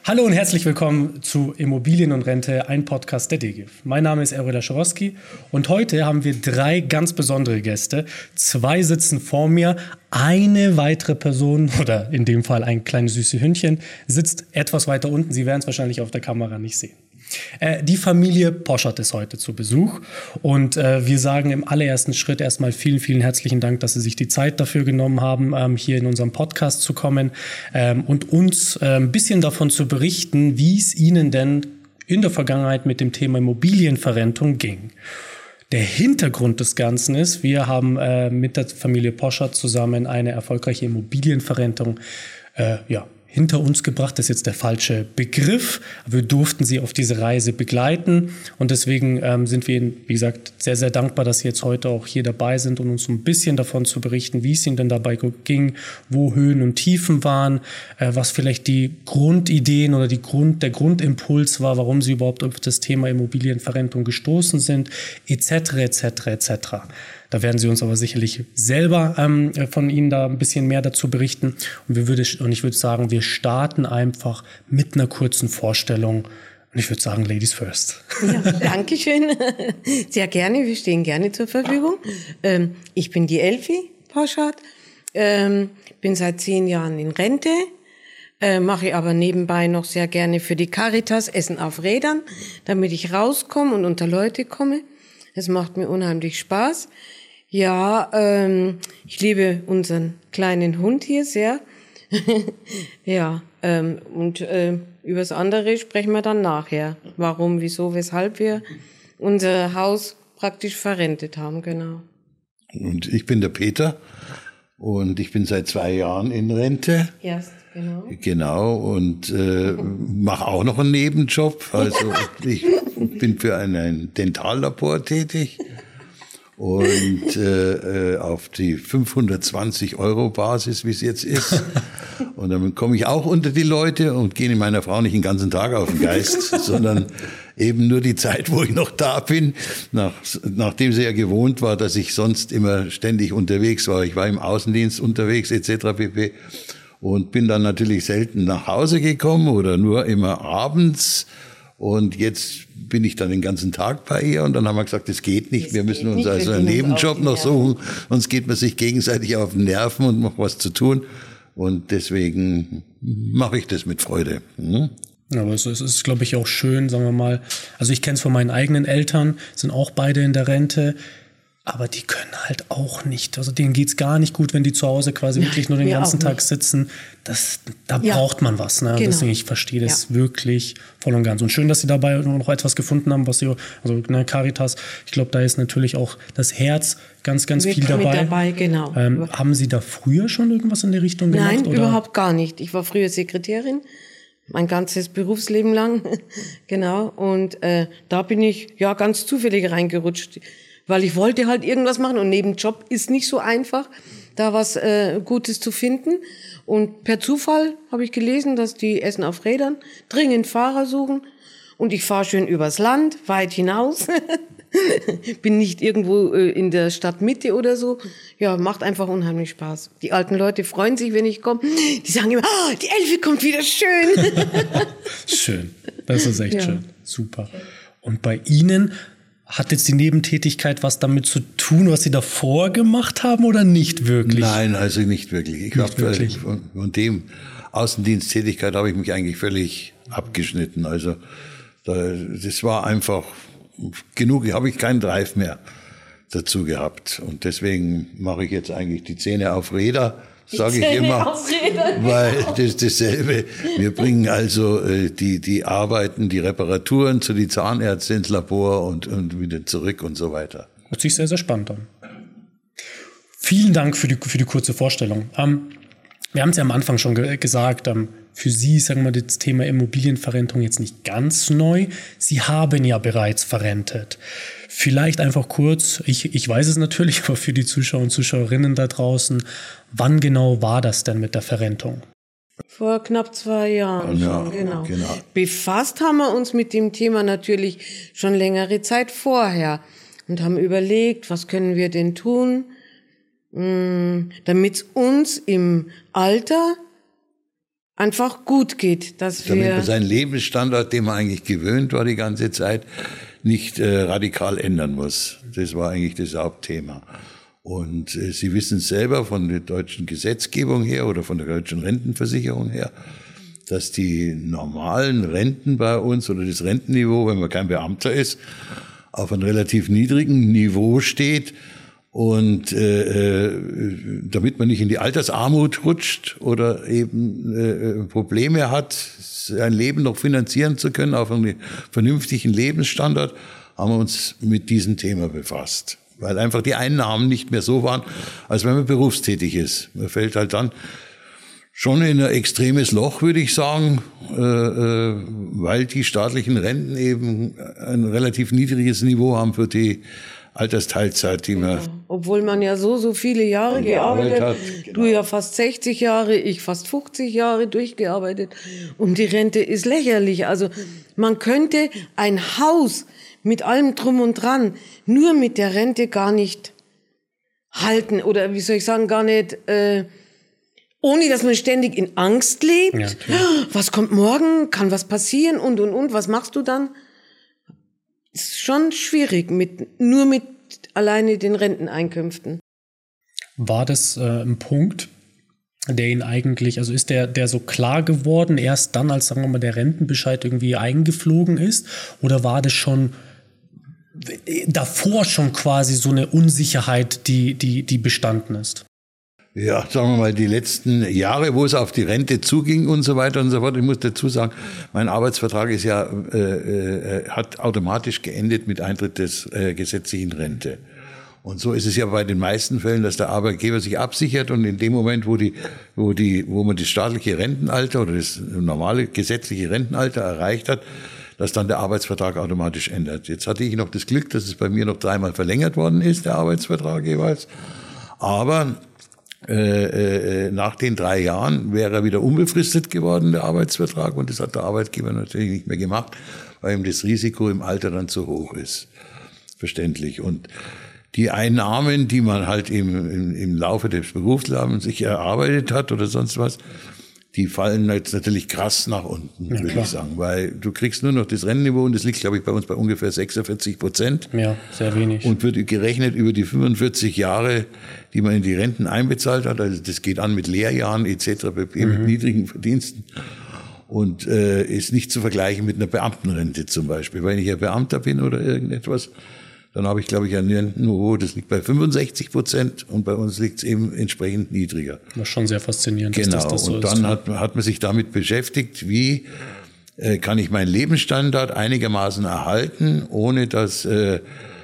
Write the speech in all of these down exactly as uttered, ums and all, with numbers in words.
Hallo und herzlich willkommen zu Immobilien und Rente, ein Podcast der D G I F. Mein Name ist Erwin Laschorowski und heute haben wir drei ganz besondere Gäste. Zwei sitzen vor mir, eine weitere Person, oder in dem Fall ein kleines süßes Hündchen, sitzt etwas weiter unten. Sie werden es wahrscheinlich auf der Kamera nicht sehen. Äh, die Familie Poschardt ist heute zu Besuch und äh, wir sagen im allerersten Schritt erstmal vielen, vielen herzlichen Dank, dass Sie sich die Zeit dafür genommen haben, ähm, hier in unserem Podcast zu kommen ähm, und uns äh, ein bisschen davon zu berichten, wie es Ihnen denn in der Vergangenheit mit dem Thema Immobilienverrentung ging. Der Hintergrund des Ganzen ist, wir haben äh, mit der Familie Poschardt zusammen eine erfolgreiche Immobilienverrentung äh, ja, hinter uns gebracht, das ist jetzt der falsche Begriff. Wir durften sie auf diese Reise begleiten und deswegen ähm, sind wir Ihnen, wie gesagt, sehr, sehr dankbar, dass Sie jetzt heute auch hier dabei sind und uns ein bisschen davon zu berichten, wie es Ihnen denn dabei ging, wo Höhen und Tiefen waren, äh, was vielleicht die Grundideen oder die Grund, der Grundimpuls war, warum Sie überhaupt auf das Thema Immobilienverrentung gestoßen sind, et cetera, et cetera, et cetera. Da werden Sie uns aber sicherlich selber ähm, von Ihnen da ein bisschen mehr dazu berichten. Und, wir würde, und ich würde sagen, wir starten einfach mit einer kurzen Vorstellung. Und ich würde sagen, Ladies first. Ja, danke schön. Sehr gerne, wir stehen gerne zur Verfügung. Ähm, ich bin die Elfi Poschardt, ähm, bin seit zehn Jahren in Rente, äh, mache aber nebenbei noch sehr gerne für die Caritas Essen auf Rädern, damit ich rauskomme und unter Leute komme. Es macht mir unheimlich Spaß. Ja, ähm, ich liebe unseren kleinen Hund hier sehr. ja, ähm, und äh, über das andere sprechen wir dann nachher. Warum, wieso, weshalb wir unser Haus praktisch verrentet haben, genau. Und ich bin der Peter und ich bin seit zwei Jahren in Rente. Erst, genau. Genau, und äh, mache auch noch einen Nebenjob. Also ich bin für ein, ein Dentallabor tätig. Und äh, auf die fünfhundertzwanzig Euro Basis, wie es jetzt ist. Und dann komme ich auch unter die Leute und gehe meiner Frau nicht den ganzen Tag auf den Geist, sondern eben nur die Zeit, wo ich noch da bin, nach, nachdem sie ja gewohnt war, dass ich sonst immer ständig unterwegs war. Ich war im Außendienst unterwegs et cetera pp. Und bin dann natürlich selten nach Hause gekommen oder nur immer abends. Und jetzt bin ich dann den ganzen Tag bei ihr und dann haben wir gesagt, das geht nicht, das wir müssen uns nicht, also einen Nebenjob noch suchen, sonst geht man sich gegenseitig auf den Nerven und macht was zu tun. Und deswegen mache ich das mit Freude. Hm? Ja, aber es ist, es ist, glaube ich, auch schön, sagen wir mal, also ich kenne es von meinen eigenen Eltern, sind auch beide in der Rente. Aber die können halt auch nicht. Also denen geht's gar nicht gut, wenn die zu Hause quasi ja, wirklich nur den ganzen Tag sitzen. Das, da ja. braucht man was. Ne? Genau. Deswegen, ich verstehe das ja. wirklich voll und ganz. Und schön, dass Sie dabei noch etwas gefunden haben, was Sie, also ne, Caritas, ich glaube, da ist natürlich auch das Herz ganz, ganz mit, viel dabei. Mit dabei, genau. Ähm, haben Sie da früher schon irgendwas in der Richtung gemacht? Nein, oder? Überhaupt gar nicht. Ich war früher Sekretärin. Mein ganzes Berufsleben lang. genau. Und äh, da bin ich ja ganz zufällig reingerutscht. Weil ich wollte halt irgendwas machen und neben Job ist nicht so einfach, da was äh, Gutes zu finden. Und per Zufall habe ich gelesen, dass die Essen auf Rädern dringend Fahrer suchen. Und ich fahre schön übers Land, weit hinaus. Bin nicht irgendwo äh, in der Stadtmitte oder so. Ja, macht einfach unheimlich Spaß. Die alten Leute freuen sich, wenn ich komme. Die sagen immer, oh, die Elfi kommt wieder, schön. Schön, das ist echt ja. schön, super. Und bei Ihnen... Hat jetzt die Nebentätigkeit was damit zu tun, was Sie davor gemacht haben oder nicht wirklich? Nein, also nicht wirklich. Ich nicht wirklich. Von, von dem Außendiensttätigkeit habe ich mich eigentlich völlig abgeschnitten. Also da, das war einfach genug, habe ich keinen Drive mehr dazu gehabt. Und deswegen mache ich jetzt eigentlich die Zähne auf Räder, sage ich immer, weil das ist dasselbe. Wir bringen also äh, die die Arbeiten, die Reparaturen zu die Zahnärzte ins Labor und und wieder zurück und so weiter. Hört sich sehr, sehr spannend an. Vielen Dank für die für die kurze Vorstellung. Ähm, wir haben es ja am Anfang schon ge- gesagt, ähm, für Sie, sagen wir, das Thema Immobilienverrentung jetzt nicht ganz neu. Sie haben ja bereits verrentet. Vielleicht einfach kurz, ich, ich weiß es natürlich, aber für die Zuschauer und Zuschauerinnen da draußen, wann genau war das denn mit der Verrentung? Vor knapp zwei Jahren ja, schon, genau. genau. Befasst haben wir uns mit dem Thema natürlich schon längere Zeit vorher und haben überlegt, was können wir denn tun, damit es uns im Alter einfach gut geht, dass Damit wir man seinen Lebensstandard, den man eigentlich gewöhnt war die ganze Zeit, nicht äh, radikal ändern muss. Das war eigentlich das Hauptthema. Und äh, Sie wissen es selber von der deutschen Gesetzgebung her oder von der deutschen Rentenversicherung her, dass die normalen Renten bei uns oder das Rentenniveau, wenn man kein Beamter ist, auf einem relativ niedrigen Niveau steht. Und äh, damit man nicht in die Altersarmut rutscht oder eben äh, Probleme hat, sein Leben noch finanzieren zu können auf einen vernünftigen Lebensstandard, haben wir uns mit diesem Thema befasst. Weil einfach die Einnahmen nicht mehr so waren, als wenn man berufstätig ist. Man fällt halt dann schon in ein extremes Loch, würde ich sagen, äh, äh, weil die staatlichen Renten eben ein relativ niedriges Niveau haben für die Altersteilzeit, die man... Obwohl man ja so, so viele Jahre gearbeitet hat. Genau. Du ja fast sechzig Jahre, ich fast fünfzig Jahre durchgearbeitet. Und die Rente ist lächerlich. Also man könnte ein Haus mit allem Drum und Dran nur mit der Rente gar nicht halten. Oder wie soll ich sagen, gar nicht... Äh, ohne dass man ständig in Angst lebt. Ja, was kommt morgen? Kann was passieren? Und, und, und. Was machst du dann? Ist schon schwierig, mit, nur mit alleine den Renteneinkünften. War das äh, ein Punkt, der ihn eigentlich, also ist der, der so klar geworden, erst dann, als, sagen wir mal, der Rentenbescheid irgendwie eingeflogen ist? Oder war das schon davor schon quasi so eine Unsicherheit, die, die, die bestanden ist? Ja, sagen wir mal, die letzten Jahre, wo es auf die Rente zuging und so weiter und so fort. Ich muss dazu sagen, mein Arbeitsvertrag ist ja, äh, äh, hat automatisch geendet mit Eintritt des äh, gesetzlichen Rente. Und so ist es ja bei den meisten Fällen, dass der Arbeitgeber sich absichert und in dem Moment, wo die, wo die, wo man das staatliche Rentenalter oder das normale gesetzliche Rentenalter erreicht hat, dass dann der Arbeitsvertrag automatisch ändert. Jetzt hatte ich noch das Glück, dass es bei mir noch dreimal verlängert worden ist, der Arbeitsvertrag jeweils. Aber Äh, äh, nach den drei Jahren wäre er wieder unbefristet geworden, der Arbeitsvertrag. Und das hat der Arbeitgeber natürlich nicht mehr gemacht, weil ihm das Risiko im Alter dann zu hoch ist. Verständlich. Und die Einnahmen, die man halt im, im, im Laufe des Berufslebens sich erarbeitet hat oder sonst was, die fallen jetzt natürlich krass nach unten, ja, würde klar. ich sagen. Weil du kriegst nur noch das Rentenniveau und das liegt, glaube ich, bei uns bei ungefähr sechsundvierzig Prozent. Ja, sehr wenig. Und wird gerechnet über die fünfundvierzig Jahre, die man in die Renten einbezahlt hat. Also das geht an mit Lehrjahren et cetera pp. Mhm. Mit niedrigen Verdiensten. Und äh, ist nicht zu vergleichen mit einer Beamtenrente zum Beispiel. Wenn ich ja Beamter bin oder irgendetwas, dann habe ich, glaube ich, ein Rentenniveau, das liegt bei fünfundsechzig Prozent und bei uns liegt es eben entsprechend niedriger. Das ist schon sehr faszinierend, genau. dass das, das so und ist. dann hat, hat man sich damit beschäftigt, wie äh, kann ich meinen Lebensstandard einigermaßen erhalten, ohne dass, äh,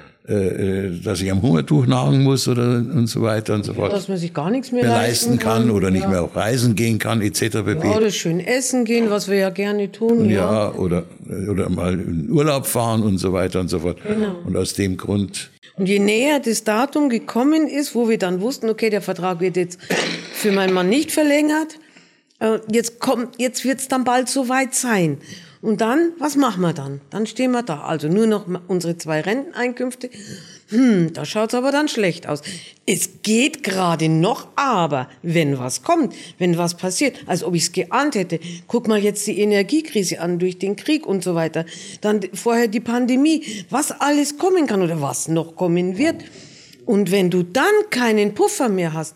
äh, dass ich am Hungertuch nagen muss oder und so weiter und so fort. Dass man sich gar nichts mehr, mehr leisten kann, kann oder nicht ja. mehr auf Reisen gehen kann, et cetera pp. Ja, oder schön essen gehen, was wir ja gerne tun. Ja, ja. Oder, oder mal in Urlaub fahren und so weiter und so fort. Genau. Und aus dem Grund... Und je näher das Datum gekommen ist, wo wir dann wussten, okay, der Vertrag wird jetzt für meinen Mann nicht verlängert, jetzt kommt, jetzt wird es dann bald soweit sein. Und dann, was machen wir dann? Dann stehen wir da. Also nur noch unsere zwei Renteneinkünfte. Hm, da schaut's aber dann schlecht aus. Es geht gerade noch, aber wenn was kommt, wenn was passiert, als ob ich's geahnt hätte. Guck mal jetzt die Energiekrise an durch den Krieg und so weiter. Dann vorher die Pandemie. Was alles kommen kann oder was noch kommen wird. Und wenn du dann keinen Puffer mehr hast,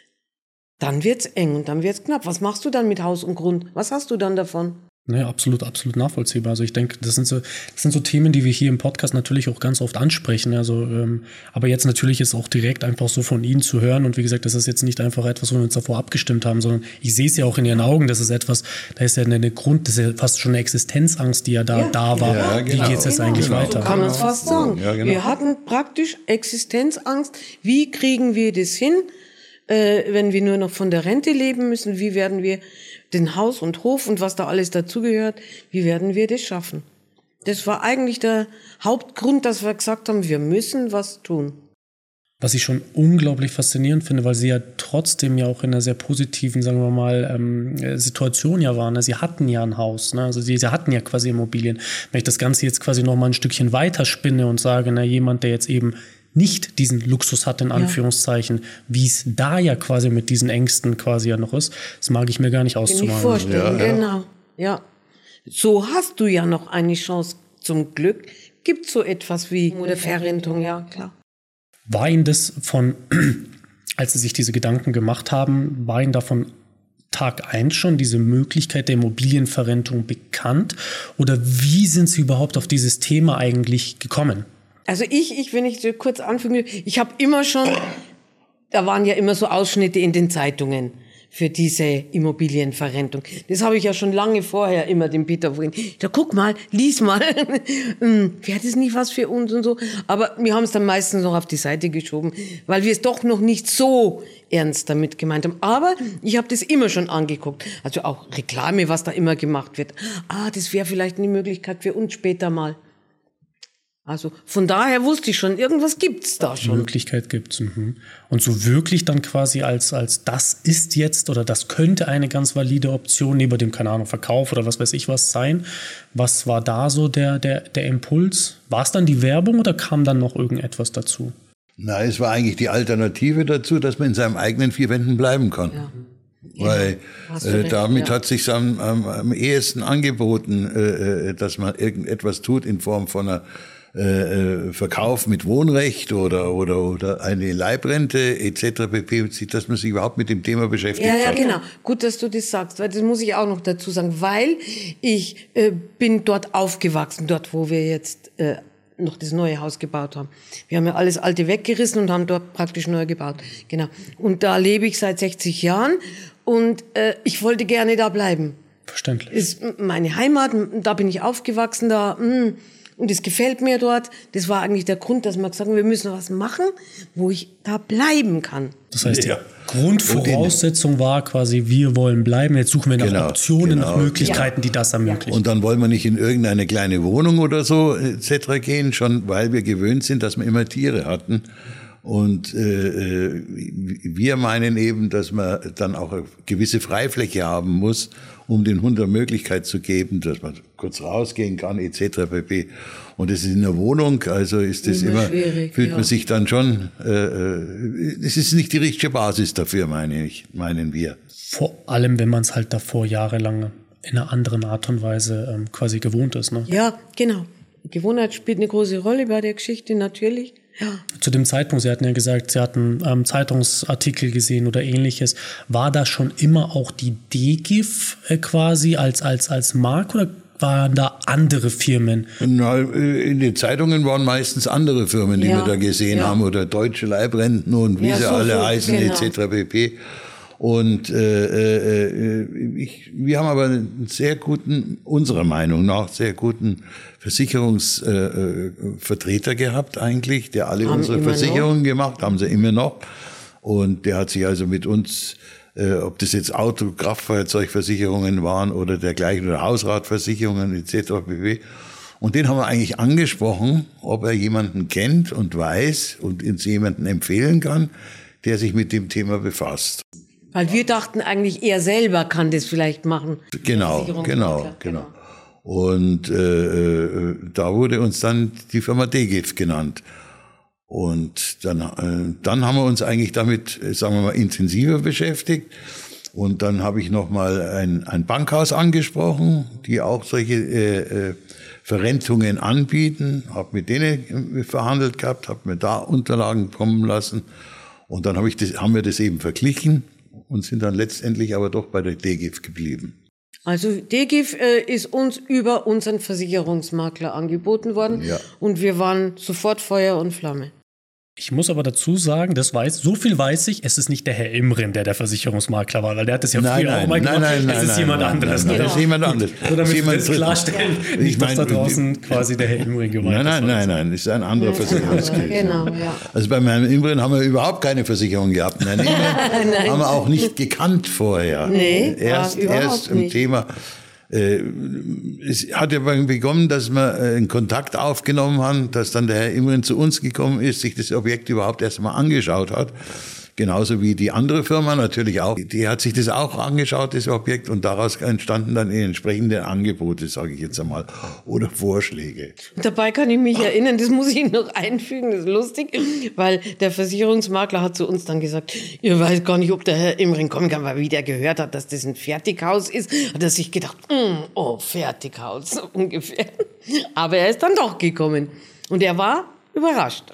dann wird's eng und dann wird's knapp. Was machst du dann mit Haus und Grund? Was hast du dann davon? Ne, absolut, absolut nachvollziehbar. Also ich denke, das sind so, das sind so Themen, die wir hier im Podcast natürlich auch ganz oft ansprechen. Also, ähm, aber jetzt natürlich ist auch direkt einfach so von Ihnen zu hören. Und wie gesagt, das ist jetzt nicht einfach etwas, wo wir uns davor abgestimmt haben, sondern ich sehe es ja auch in Ihren Augen. Das ist etwas, da ist ja eine Grund, das ist ja fast schon eine Existenzangst, die ja da, ja, da war. Ja, genau. Wie geht es jetzt genau. eigentlich genau. weiter? So kann man es fast sagen. Ja, genau. Wir hatten praktisch Existenzangst. Wie kriegen wir das hin, äh, wenn wir nur noch von der Rente leben müssen? Wie werden wir den Haus und Hof und was da alles dazugehört, wie werden wir das schaffen? Das war eigentlich der Hauptgrund, dass wir gesagt haben, wir müssen was tun. Was ich schon unglaublich faszinierend finde, weil Sie ja trotzdem ja auch in einer sehr positiven, sagen wir mal, ähm, Situation ja waren. Sie hatten ja ein Haus, ne? Also Sie, Sie hatten ja quasi Immobilien. Wenn ich das Ganze jetzt quasi noch mal ein Stückchen weiter spinne und sage, na, jemand, der jetzt eben nicht diesen Luxus hat, in Anführungszeichen, ja. wie es da ja quasi mit diesen Ängsten quasi ja noch ist, das mag ich mir gar nicht auszumalen. Kann ich vorstellen, ja, genau. Ja. So hast du ja noch eine Chance, zum Glück. Gibt es so etwas wie Verrentung, ja, klar. War Ihnen das von, als Sie sich diese Gedanken gemacht haben, war Ihnen davon Tag eins schon diese Möglichkeit der Immobilienverrentung bekannt? Oder wie sind Sie überhaupt auf dieses Thema eigentlich gekommen? Also ich, ich wenn ich so kurz anfangen will, ich habe immer schon, da waren ja immer so Ausschnitte in den Zeitungen für diese Immobilienverrentung. Das habe ich ja schon lange vorher immer dem Peter vorhin. Da guck mal, lies mal. Wäre das nicht was für uns und so? Aber wir haben es dann meistens noch auf die Seite geschoben, weil wir es doch noch nicht so ernst damit gemeint haben. Aber ich habe das immer schon angeguckt. Also auch Reklame, was da immer gemacht wird. Ah, das wäre vielleicht eine Möglichkeit für uns später mal. Also von daher wusste ich schon, irgendwas gibt's da schon. Die Möglichkeit gibt's. Mhm. Und so wirklich dann quasi als, als das ist jetzt oder das könnte eine ganz valide Option neben dem, keine Ahnung, Verkauf oder was weiß ich was sein. Was war da so der, der, der Impuls? War es dann die Werbung oder kam dann noch irgendetwas dazu? Na, es war eigentlich die Alternative dazu, dass man in seinen eigenen vier Wänden bleiben kann. Ja. Weil ja, äh, damit ja. hat sich am, am, am ehesten angeboten, äh, dass man irgendetwas tut in Form von einer Äh, Verkauf mit Wohnrecht oder oder oder eine Leibrente et cetera pp, dass man sich überhaupt mit dem Thema beschäftigt ja, ja, hat. Ja, genau. Gut, dass du das sagst, weil das muss ich auch noch dazu sagen, weil ich äh, bin dort aufgewachsen, dort, wo wir jetzt äh, noch das neue Haus gebaut haben. Wir haben ja alles Alte weggerissen und haben dort praktisch neu gebaut. Genau. Und da lebe ich seit sechzig Jahren und äh, ich wollte gerne da bleiben. Verständlich. Ist meine Heimat, da bin ich aufgewachsen, da mh, und es gefällt mir dort. Das war eigentlich der Grund, dass wir gesagt haben, wir müssen was machen, wo ich da bleiben kann. Das heißt, die ja. Grundvoraussetzung war quasi, wir wollen bleiben. Jetzt suchen wir nach genau, Optionen, genau. nach Möglichkeiten, ja. die das ermöglichen. Und dann wollen wir nicht in irgendeine kleine Wohnung oder so et cetera gehen, schon weil wir gewöhnt sind, dass wir immer Tiere hatten. Und äh, wir meinen eben, dass man dann auch eine gewisse Freifläche haben muss, um den Hunden eine Möglichkeit zu geben, dass man kurz rausgehen kann et cetera pp. Und das ist in der Wohnung, also ist das immer, immer fühlt ja. man sich dann schon, äh, es ist nicht die richtige Basis dafür, meine ich, meinen wir. Vor allem, wenn man es halt davor jahrelang in einer anderen Art und Weise ähm, quasi gewohnt ist. Ne? Ja, genau. Gewohnheit spielt eine große Rolle bei der Geschichte, natürlich. Ja. Zu dem Zeitpunkt, Sie hatten ja gesagt, Sie hatten ähm, Zeitungsartikel gesehen oder ähnliches. War da schon immer auch die D G I F äh, quasi als, als, als Marke oder waren da andere Firmen? Na, in den Zeitungen waren meistens andere Firmen, die ja. wir da gesehen ja. haben oder Deutsche Leibrenten und wie ja, sie so alle so, heißen genau. et cetera pp. Und äh, äh, ich, wir haben aber einen sehr guten, unserer Meinung nach, sehr guten Versicherungsvertreter äh, gehabt eigentlich, der alle haben unsere Versicherungen noch. gemacht, haben sie immer noch. Und der hat sich also mit uns, äh, ob das jetzt Auto-, Kraftfahrzeugversicherungen waren oder dergleichen oder Hausratversicherungen et cetera pp. Und den haben wir eigentlich angesprochen, ob er jemanden kennt und weiß und uns jemanden empfehlen kann, der sich mit dem Thema befasst. Weil wir dachten eigentlich, er selber kann das vielleicht machen. Genau, genau, genau. Und äh, da wurde uns dann die Firma D G I F genannt. Und dann, äh, dann haben wir uns eigentlich damit, sagen wir mal, intensiver beschäftigt. Und dann habe ich nochmal ein, ein Bankhaus angesprochen, die auch solche äh, äh, Verrentungen anbieten. Habe mit denen verhandelt gehabt, habe mir da Unterlagen kommen lassen. Und dann hab ich das, haben wir das eben verglichen. Und sind dann letztendlich aber doch bei der D G I F geblieben. Also D G I F äh, ist uns über unseren Versicherungsmakler angeboten worden ja. und wir waren sofort Feuer und Flamme. Ich muss aber dazu sagen, das weiß, so viel weiß ich, es ist nicht der Herr Imren, der der Versicherungsmakler war, weil der hat das ja nein, früher nein, auch mal nein, gemacht. Nein, nein, es ist nein, jemand nein, anderes. Nein, nein, das ist jemand anderes. Nur damit wir das drin. klarstellen, nicht, ich mein, dass da draußen quasi der Herr Imren gemeint ist. Nein, nein, nein, nein, das ist ein anderer Versicherungsmakler. Genau, ja. Also bei Herrn Imren haben wir überhaupt keine Versicherung gehabt. Herrn Imren haben wir auch nicht gekannt vorher. Nee, erst, erst im nicht. Thema. Es hat ja begonnen, dass wir einen Kontakt aufgenommen haben, dass dann der Herr Imren zu uns gekommen ist, sich das Objekt überhaupt erst mal angeschaut hat. Genauso wie die andere Firma natürlich auch. Die hat sich das auch angeschaut, das Objekt, und daraus entstanden dann entsprechende Angebote, sage ich jetzt einmal, oder Vorschläge. Dabei kann ich mich erinnern, das muss ich noch einfügen, das ist lustig, weil der Versicherungsmakler hat zu uns dann gesagt, ihr weiß gar nicht, ob der Herr Imren kommen kann, weil wie der gehört hat, dass das ein Fertighaus ist, hat er sich gedacht, mm, oh, Fertighaus, so ungefähr. Aber er ist dann doch gekommen und er war überrascht.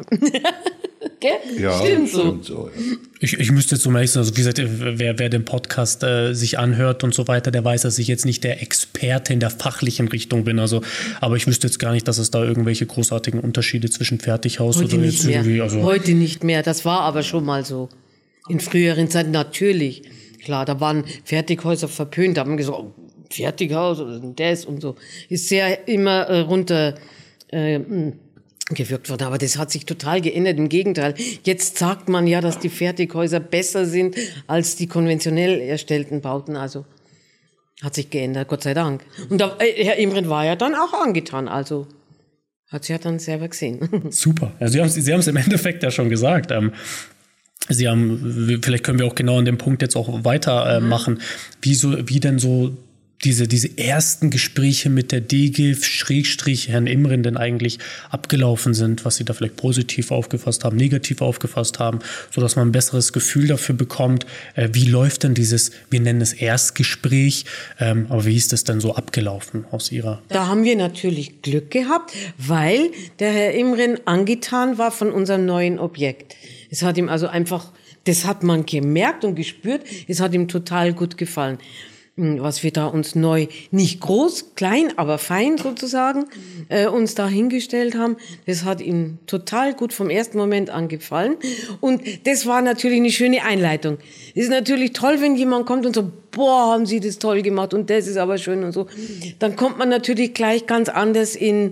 Gell? Ja, stimmt so. Stimmt so ja. Ich, ich müsste zum Beispiel, also wie gesagt, wer, wer den Podcast äh, sich anhört und so weiter, der weiß, dass ich jetzt nicht der Experte in der fachlichen Richtung bin. Also, aber ich wüsste jetzt gar nicht, dass es da irgendwelche großartigen Unterschiede zwischen Fertighaus Heute oder nicht jetzt mehr. irgendwie. Also Heute nicht mehr. Das war aber schon mal so. In früheren Zeiten natürlich. Klar, da waren Fertighäuser verpönt. Da haben wir gesagt, oh, Fertighaus oder das und so. Ist sehr immer äh, runter äh, gewirkt worden. Aber das hat sich total geändert. Im Gegenteil. Jetzt sagt man ja, dass die Fertighäuser besser sind als die konventionell erstellten Bauten. Also hat sich geändert, Gott sei Dank. Und da, äh, Herr Imren war ja dann auch angetan. Also hat sie ja dann selber gesehen. super. Also Sie haben Sie haben es im Endeffekt ja schon gesagt. Ähm, Sie haben, vielleicht können wir auch genau an dem Punkt jetzt auch weitermachen, äh, wie so, wie denn so diese, diese ersten Gespräche mit der D G F, Schrägstrich, Herrn Imren denn eigentlich abgelaufen sind, was Sie da vielleicht positiv aufgefasst haben, negativ aufgefasst haben, sodass man ein besseres Gefühl dafür bekommt, äh, wie läuft denn dieses, wir nennen es Erstgespräch, ähm, aber wie ist das denn so abgelaufen aus Ihrer? Da haben wir natürlich Glück gehabt, weil der Herr Imren angetan war von unserem neuen Objekt. Es hat ihm also einfach, das hat man gemerkt und gespürt, es hat ihm total gut gefallen, was wir da uns neu, nicht groß, klein, aber fein sozusagen, äh, uns da hingestellt haben. Das hat ihm total gut vom ersten Moment an gefallen. Und das war natürlich eine schöne Einleitung. Es ist natürlich toll, wenn jemand kommt und so, boah, haben Sie das toll gemacht und das ist aber schön und so. Dann kommt man natürlich gleich ganz anders in,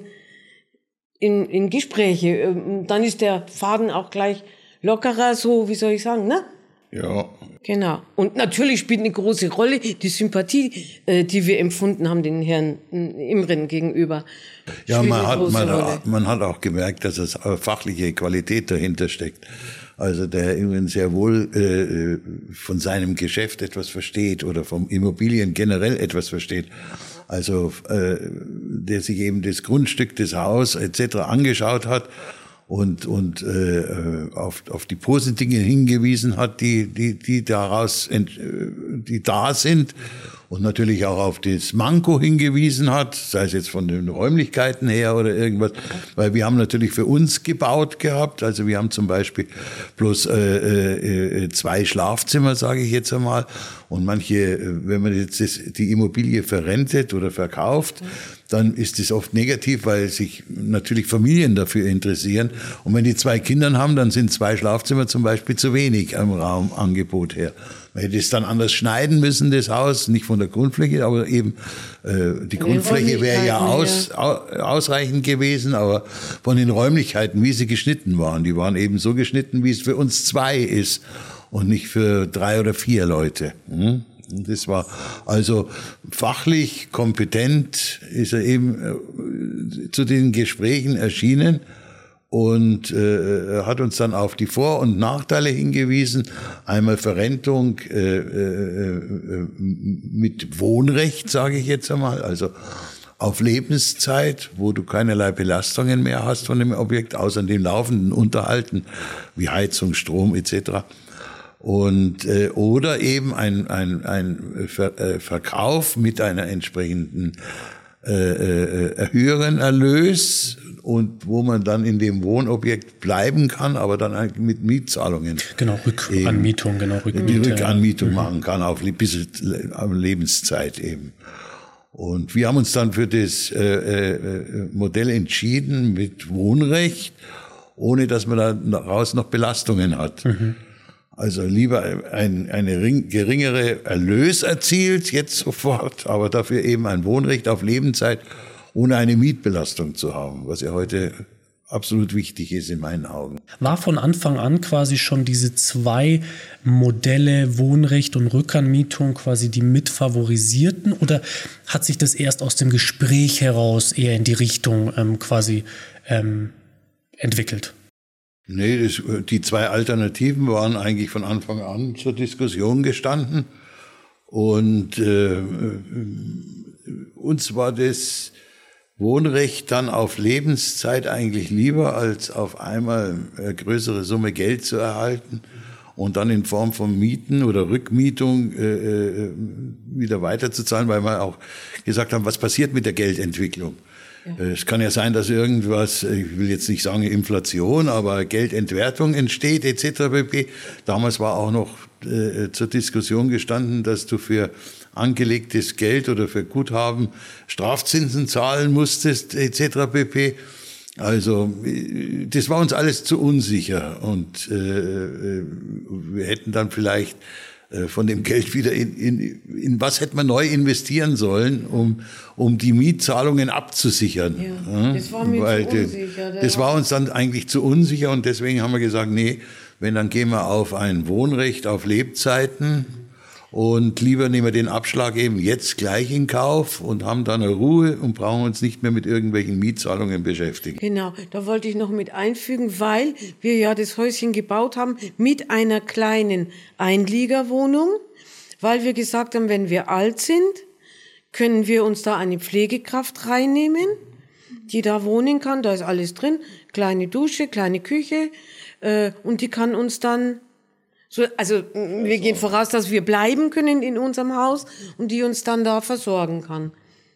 in, in Gespräche. Dann ist der Faden auch gleich lockerer, so, wie soll ich sagen, ne? Ja. Genau. Und natürlich spielt eine große Rolle die Sympathie, äh, die wir empfunden haben, den Herrn Imren gegenüber. Ja, Spielt man eine hat, große man, Rolle. man hat auch gemerkt, dass es fachliche Qualität dahinter steckt. Also der Herr Imren sehr wohl äh, von seinem Geschäft etwas versteht oder vom Immobilien generell etwas versteht. Also äh, der sich eben das Grundstück, das Haus et cetera angeschaut hat und und äh, auf auf die positiven Dinge hingewiesen hat, die die die daraus ent, die da sind, und natürlich auch auf das Manko hingewiesen hat, sei es jetzt von den Räumlichkeiten her oder irgendwas, weil wir haben natürlich für uns gebaut gehabt, also wir haben zum Beispiel bloß äh, äh, zwei Schlafzimmer, sage ich jetzt einmal, und manche, wenn man jetzt das, die Immobilie verrentet oder verkauft, dann ist es oft negativ, weil sich natürlich Familien dafür interessieren. Und wenn die zwei Kinder haben, dann sind zwei Schlafzimmer zum Beispiel zu wenig am Raumangebot her. Man hätte es dann anders schneiden müssen, das Haus, nicht von der Grundfläche, aber eben äh, die Grundfläche wäre ja aus, ausreichend gewesen, aber von den Räumlichkeiten, wie sie geschnitten waren, die waren eben so geschnitten, wie es für uns zwei ist und nicht für drei oder vier Leute. Hm? Das war also fachlich kompetent, ist er eben äh, zu den Gesprächen erschienen und äh, hat uns dann auf die Vor- und Nachteile hingewiesen. Einmal Verrentung äh, äh, mit Wohnrecht, sage ich jetzt einmal, also auf Lebenszeit, wo du keinerlei Belastungen mehr hast von dem Objekt, außer dem laufenden Unterhalten, wie Heizung, Strom et cetera. Und äh, oder eben ein ein ein Ver, äh, Verkauf mit einer entsprechenden äh, äh, höheren Erlös, und wo man dann in dem Wohnobjekt bleiben kann, aber dann mit Mietzahlungen. Genau, Rückanmietung, genau, Rückmiete. Die Rückanmietung ja. machen kann auf bis Lebenszeit eben. Und wir haben uns dann für das äh, äh, Modell entschieden mit Wohnrecht, ohne dass man daraus noch Belastungen hat. Mhm. Also lieber ein, eine geringere Erlös erzielt, jetzt sofort, aber dafür eben ein Wohnrecht auf Lebenszeit, ohne eine Mietbelastung zu haben, was ja heute absolut wichtig ist in meinen Augen. War von Anfang an quasi schon diese zwei Modelle, Wohnrecht und Rückanmietung, quasi die mitfavorisierten, oder hat sich das erst aus dem Gespräch heraus eher in die Richtung ähm, quasi ähm, entwickelt? Nee, das, die zwei Alternativen waren eigentlich von Anfang an zur Diskussion gestanden. Und äh, uns war das Wohnrecht dann auf Lebenszeit eigentlich lieber, als auf einmal eine größere Summe Geld zu erhalten und dann in Form von Mieten oder Rückmietung äh, wieder weiterzuzahlen, weil wir auch gesagt haben, was passiert mit der Geldentwicklung? Ja. Es kann ja sein, dass irgendwas, ich will jetzt nicht sagen Inflation, aber Geldentwertung entsteht et cetera pp. Damals war auch noch äh, zur Diskussion gestanden, dass du für angelegtes Geld oder für Guthaben Strafzinsen zahlen musstest et cetera pp. Also das war uns alles zu unsicher und äh, wir hätten dann vielleicht äh, von dem Geld wieder in, in, in was hätte man neu investieren sollen, um, um die Mietzahlungen abzusichern. Ja, das war mir Weil zu unsicher. Das, das war uns dann eigentlich zu unsicher und deswegen haben wir gesagt, nee, wenn, dann gehen wir auf ein Wohnrecht auf Lebzeiten. Und lieber nehmen wir den Abschlag eben jetzt gleich in Kauf und haben dann eine Ruhe und brauchen uns nicht mehr mit irgendwelchen Mietzahlungen beschäftigen. Genau, da wollte ich noch mit einfügen, weil wir ja das Häuschen gebaut haben mit einer kleinen Einliegerwohnung, weil wir gesagt haben, wenn wir alt sind, können wir uns da eine Pflegekraft reinnehmen, die da wohnen kann, da ist alles drin, kleine Dusche, kleine Küche äh, und die kann uns dann So, also wir gehen voraus, dass wir bleiben können in unserem Haus und die uns dann da versorgen kann.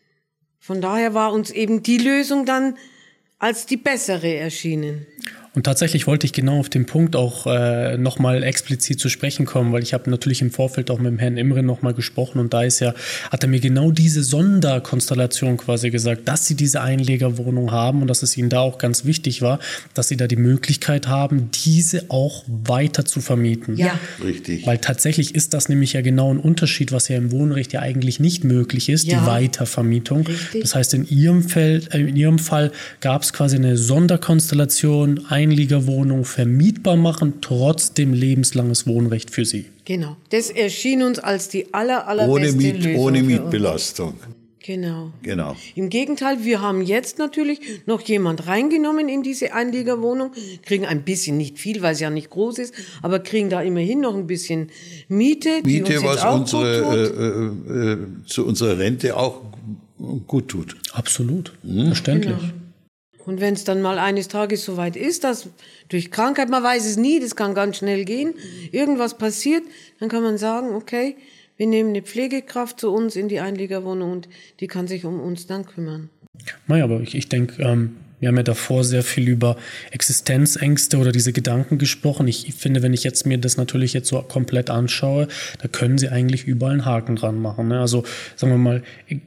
Von daher war uns eben die Lösung dann als die bessere erschienen. Und tatsächlich wollte ich genau auf den Punkt auch äh, nochmal explizit zu sprechen kommen, weil ich habe natürlich im Vorfeld auch mit dem Herrn Imre nochmal gesprochen und da ist ja, hat er mir genau diese Sonderkonstellation quasi gesagt, dass sie diese Einlegerwohnung haben und dass es ihnen da auch ganz wichtig war, dass sie da die Möglichkeit haben, diese auch weiter zu vermieten. Ja, richtig. Weil tatsächlich ist das nämlich ja genau ein Unterschied, was ja im Wohnrecht ja eigentlich nicht möglich ist, ja, die Weitervermietung. Richtig. Das heißt, in ihrem Fall, in ihrem Fall gab es quasi eine Sonderkonstellation, Einliegerwohnung vermietbar machen, trotzdem lebenslanges Wohnrecht für sie. Genau. Das erschien uns als die aller, allerbeste Ohne, Miet, Lösung. ohne Mietbelastung. Genau. Genau. Im Gegenteil, wir haben jetzt natürlich noch jemand reingenommen in diese Einliegerwohnung, kriegen ein bisschen, nicht viel, weil es ja nicht groß ist, aber kriegen da immerhin noch ein bisschen Miete, die Miete, uns was jetzt auch unsere, gut tut. äh, äh, zu unserer Rente auch gut tut. Absolut, mhm. Verständlich. Genau. Und wenn es dann mal eines Tages soweit ist, dass durch Krankheit, man weiß es nie, das kann ganz schnell gehen, irgendwas passiert, dann kann man sagen, okay, wir nehmen eine Pflegekraft zu uns in die Einliegerwohnung und die kann sich um uns dann kümmern. Naja, aber ich, ich denke, ähm, wir haben ja davor sehr viel über Existenzängste oder diese Gedanken gesprochen. Ich finde, wenn ich jetzt mir das natürlich jetzt so komplett anschaue, da können Sie eigentlich überall einen Haken dran machen. Ne? Also sagen wir mal,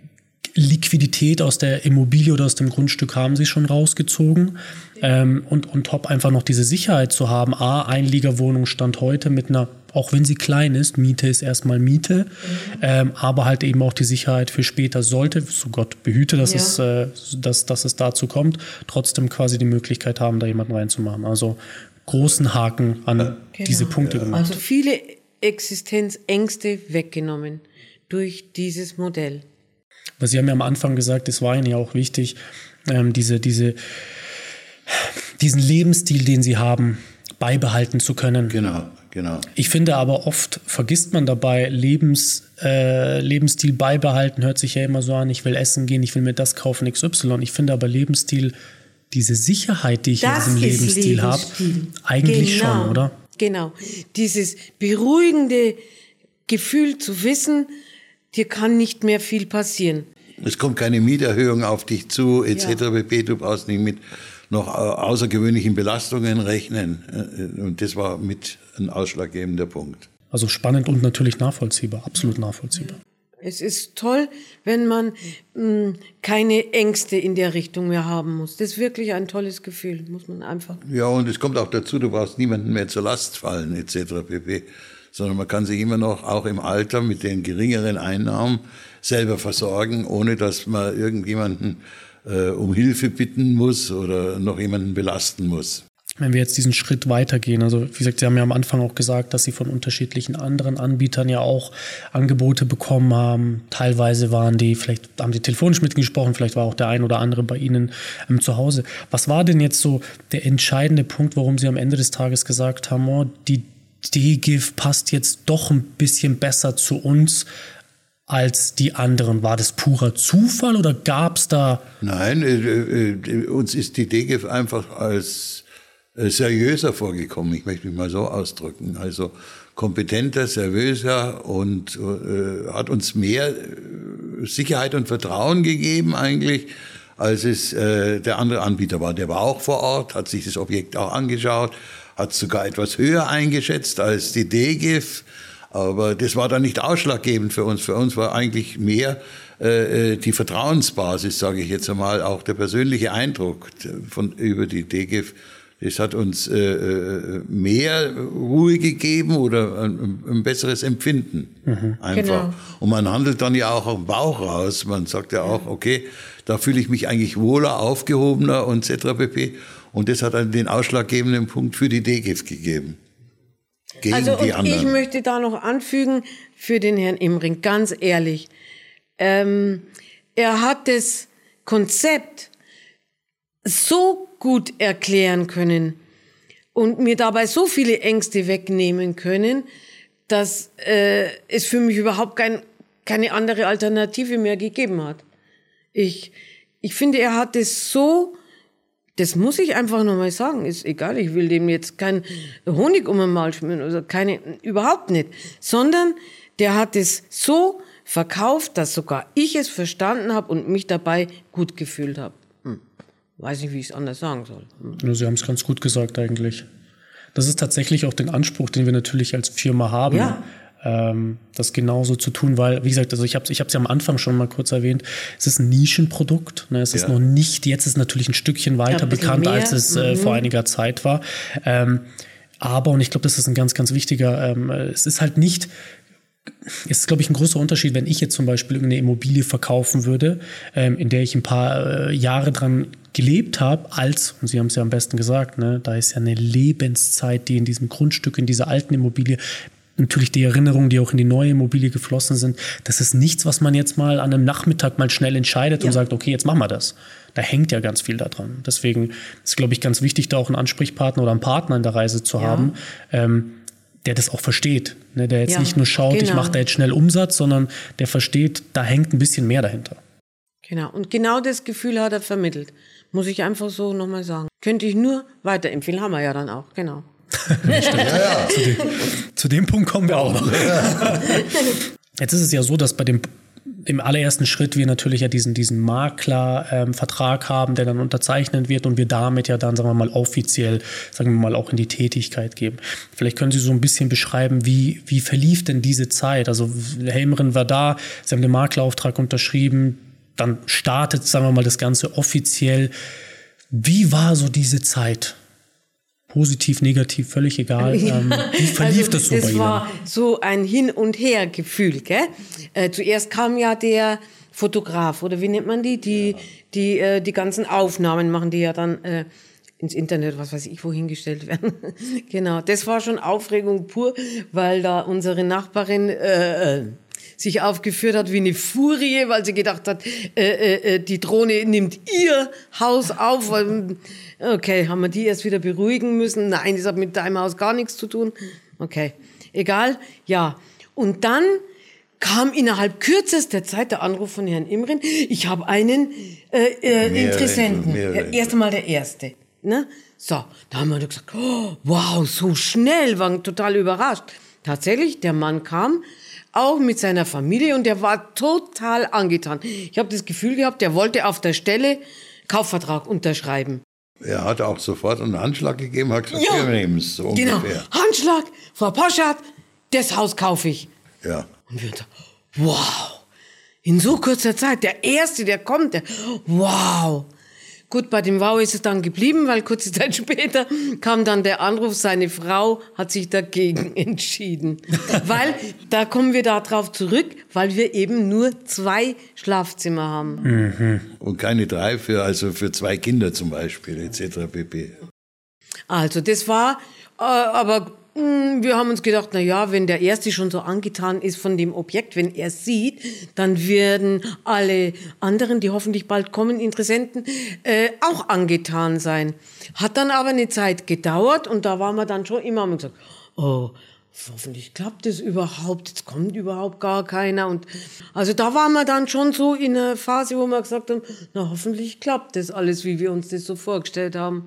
Liquidität aus der Immobilie oder aus dem Grundstück haben sie schon rausgezogen. Ähm, und on top einfach noch diese Sicherheit zu haben. A, Einliegerwohnung stand heute mit einer, auch wenn sie klein ist, Miete ist erstmal Miete, mhm. ähm, aber halt eben auch die Sicherheit für später sollte, so Gott behüte, dass, ja. es, äh, dass, dass es dazu kommt, trotzdem quasi die Möglichkeit haben, da jemanden reinzumachen. Also großen Haken an genau. diese Punkte ja. gemacht. Also viele Existenzängste weggenommen durch dieses Modell. Weil Sie haben ja am Anfang gesagt, es war Ihnen ja auch wichtig, ähm, diese, diese, diesen Lebensstil, den Sie haben, beibehalten zu können. Genau, genau. Ich finde aber oft vergisst man dabei, Lebens, äh, Lebensstil beibehalten, hört sich ja immer so an, ich will essen gehen, ich will mir das kaufen, X Y. Ich finde aber Lebensstil, diese Sicherheit, die ich das in diesem Lebensstil habe, eigentlich genau. schon, oder? Genau, dieses beruhigende Gefühl zu wissen, dir kann nicht mehr viel passieren. Es kommt keine Mieterhöhung auf dich zu, et cetera Ja. pp. Du brauchst nicht mit noch außergewöhnlichen Belastungen rechnen. Und das war mit ein ausschlaggebender Punkt. Also spannend und natürlich nachvollziehbar, absolut nachvollziehbar. Es ist toll, wenn man mh, keine Ängste in der Richtung mehr haben muss. Das ist wirklich ein tolles Gefühl, muss man einfach. Ja, und es kommt auch dazu, du brauchst niemanden mehr zur Last fallen, et cetera pp. Sondern man kann sich immer noch, auch im Alter, mit den geringeren Einnahmen selber versorgen, ohne dass man irgendjemanden äh, um Hilfe bitten muss oder noch jemanden belasten muss. wenn wir jetzt diesen Schritt weitergehen, also wie gesagt, Sie haben ja am Anfang auch gesagt, dass Sie von unterschiedlichen anderen Anbietern ja auch Angebote bekommen haben. Teilweise waren die, vielleicht haben Sie telefonisch mit Ihnen gesprochen, vielleicht war auch der ein oder andere bei Ihnen ähm, zu Hause. Was war denn jetzt so der entscheidende Punkt, warum Sie am Ende des Tages gesagt haben, oh, die D-Gift passt jetzt doch ein bisschen besser zu uns als die anderen? War das purer Zufall oder gab es da... Nein, äh, äh, uns ist die D-Gift einfach als äh, seriöser vorgekommen, ich möchte mich mal so ausdrücken. Also kompetenter, seriöser und äh, hat uns mehr äh, Sicherheit und Vertrauen gegeben eigentlich, als es äh, der andere Anbieter war. Der war auch vor Ort, hat sich das Objekt auch angeschaut, hat sogar etwas höher eingeschätzt als die D-Gift. Aber das war dann nicht ausschlaggebend für uns. Für uns war eigentlich mehr äh, die Vertrauensbasis, sage ich jetzt einmal, auch der persönliche Eindruck von über die D-Gift. Das hat uns äh, mehr Ruhe gegeben oder ein, ein besseres Empfinden. Mhm. Einfach. Genau. Und man handelt dann ja auch am Bauch raus. Man sagt ja auch, okay, da fühle ich mich eigentlich wohler, aufgehobener und et cetera pp. Und das hat dann den ausschlaggebenden Punkt für die D-Gift gegeben. Gegen also die und anderen. Ich möchte da noch anfügen, für den Herrn Immring, ganz ehrlich, ähm, er hat das Konzept so gut erklären können und mir dabei so viele Ängste wegnehmen können, dass äh, es für mich überhaupt kein, keine andere Alternative mehr gegeben hat. Ich, ich finde, er hat es so... Das muss ich einfach nochmal sagen. Ist egal, ich will dem jetzt keinen Honig um den Maul schmieren, also keine, überhaupt nicht. Sondern der hat es so verkauft, dass sogar ich es verstanden habe und mich dabei gut gefühlt habe. Hm. Weiß nicht, wie ich es anders sagen soll. Hm. Sie haben es ganz gut gesagt eigentlich. Das ist tatsächlich auch den Anspruch, den wir natürlich als Firma haben. Ja. Das genauso zu tun, weil, wie gesagt, also ich habe es ich hab's ja am Anfang schon mal kurz erwähnt, es ist ein Nischenprodukt, ne? Es ja. ist noch nicht, jetzt ist es natürlich ein Stückchen weiter ja, bekannt, mehr. als es äh, mhm. vor einiger Zeit war. Ähm, aber, und ich glaube, das ist ein ganz, ganz wichtiger, ähm, es ist halt nicht, es ist, glaube ich, ein großer Unterschied, wenn ich jetzt zum Beispiel irgendeine Immobilie verkaufen würde, ähm, in der ich ein paar äh, Jahre dran gelebt habe, als, und Sie haben es ja am besten gesagt, ne, da ist ja eine Lebenszeit, die in diesem Grundstück, in dieser alten Immobilie, natürlich die Erinnerungen, die auch in die neue Immobilie geflossen sind, das ist nichts, was man jetzt mal an einem Nachmittag mal schnell entscheidet ja. und sagt, okay, jetzt machen wir das. Da hängt ja ganz viel daran. Deswegen ist, glaube ich, ganz wichtig, da auch einen Ansprechpartner oder einen Partner in der Reise zu ja. haben, ähm, der das auch versteht. Ne? Der jetzt ja, nicht nur schaut, genau. ich mache da jetzt schnell Umsatz, sondern der versteht, da hängt ein bisschen mehr dahinter. Genau, und genau das Gefühl hat er vermittelt. Muss ich einfach so nochmal sagen. Könnte ich nur weiterempfehlen, haben wir ja dann auch, genau. ja, ja. Zu, dem, zu dem Punkt kommen wir auch noch. Jetzt ist es ja so, dass bei dem im allerersten Schritt wir natürlich ja diesen, diesen Makler-Vertrag ähm, haben, der dann unterzeichnet wird und wir damit ja dann, sagen wir mal, offiziell, sagen wir mal, auch in die Tätigkeit geben. Vielleicht können Sie so ein bisschen beschreiben, wie, wie verlief denn diese Zeit? Also Herr Immring war da, Sie haben den Maklerauftrag unterschrieben, dann startet, sagen wir mal, das Ganze offiziell. Wie war so diese Zeit? Positiv, negativ, völlig egal. Ähm, wie verlief also, das so das bei Ihnen? Das war so ein Hin- und Her-Gefühl, gell? Äh, zuerst kam ja der Fotograf, oder wie nennt man die? Die, ja. die, äh, die ganzen Aufnahmen machen, die ja dann äh, ins Internet, was weiß ich, wohin gestellt werden. Genau, das war schon Aufregung pur, weil da unsere Nachbarin äh, sich aufgeführt hat wie eine Furie, weil sie gedacht hat, äh, äh, die Drohne nimmt ihr Haus auf. Okay, haben wir die erst wieder beruhigen müssen? Nein, das hat mit deinem Haus gar nichts zu tun. Okay, egal. Ja, und dann kam innerhalb kürzester Zeit der Anruf von Herrn Immring. Ich habe einen äh, äh, mehrere, Interessenten. Mehrere. Erst einmal der Erste. Ne? So, da haben wir gesagt, oh, wow, so schnell, waren total überrascht. Tatsächlich, der Mann kam, auch mit seiner Familie, und der war total angetan. Ich habe das Gefühl gehabt, der wollte auf der Stelle Kaufvertrag unterschreiben. Er hat auch sofort einen Handschlag gegeben, hat gesagt, ja, wir nehmen es so genau. ungefähr. Handschlag, Frau Poschardt, das Haus kaufe ich. Ja. Und wir dachten, wow, in so kurzer Zeit, der Erste, der kommt, der, wow. Gut, bei dem Wow ist es dann geblieben, weil kurze Zeit später kam dann der Anruf, seine Frau hat sich dagegen entschieden. Weil, da kommen wir da drauf zurück, weil wir eben nur zwei Schlafzimmer haben. Mhm. Und keine drei für, also für zwei Kinder zum Beispiel, et cetera pp. Also das war, äh, aber mh, wir haben uns gedacht, na ja, wenn der Erste schon so angetan ist von dem Objekt, wenn er es sieht, dann werden alle anderen, die hoffentlich bald kommen, Interessenten, äh, auch angetan sein. Hat dann aber eine Zeit gedauert und da waren wir dann schon immer, haben wir gesagt, oh, hoffentlich klappt es überhaupt, jetzt kommt überhaupt gar keiner. Und also da waren wir dann schon so in einer Phase, wo wir gesagt haben, na hoffentlich klappt das alles, wie wir uns das so vorgestellt haben.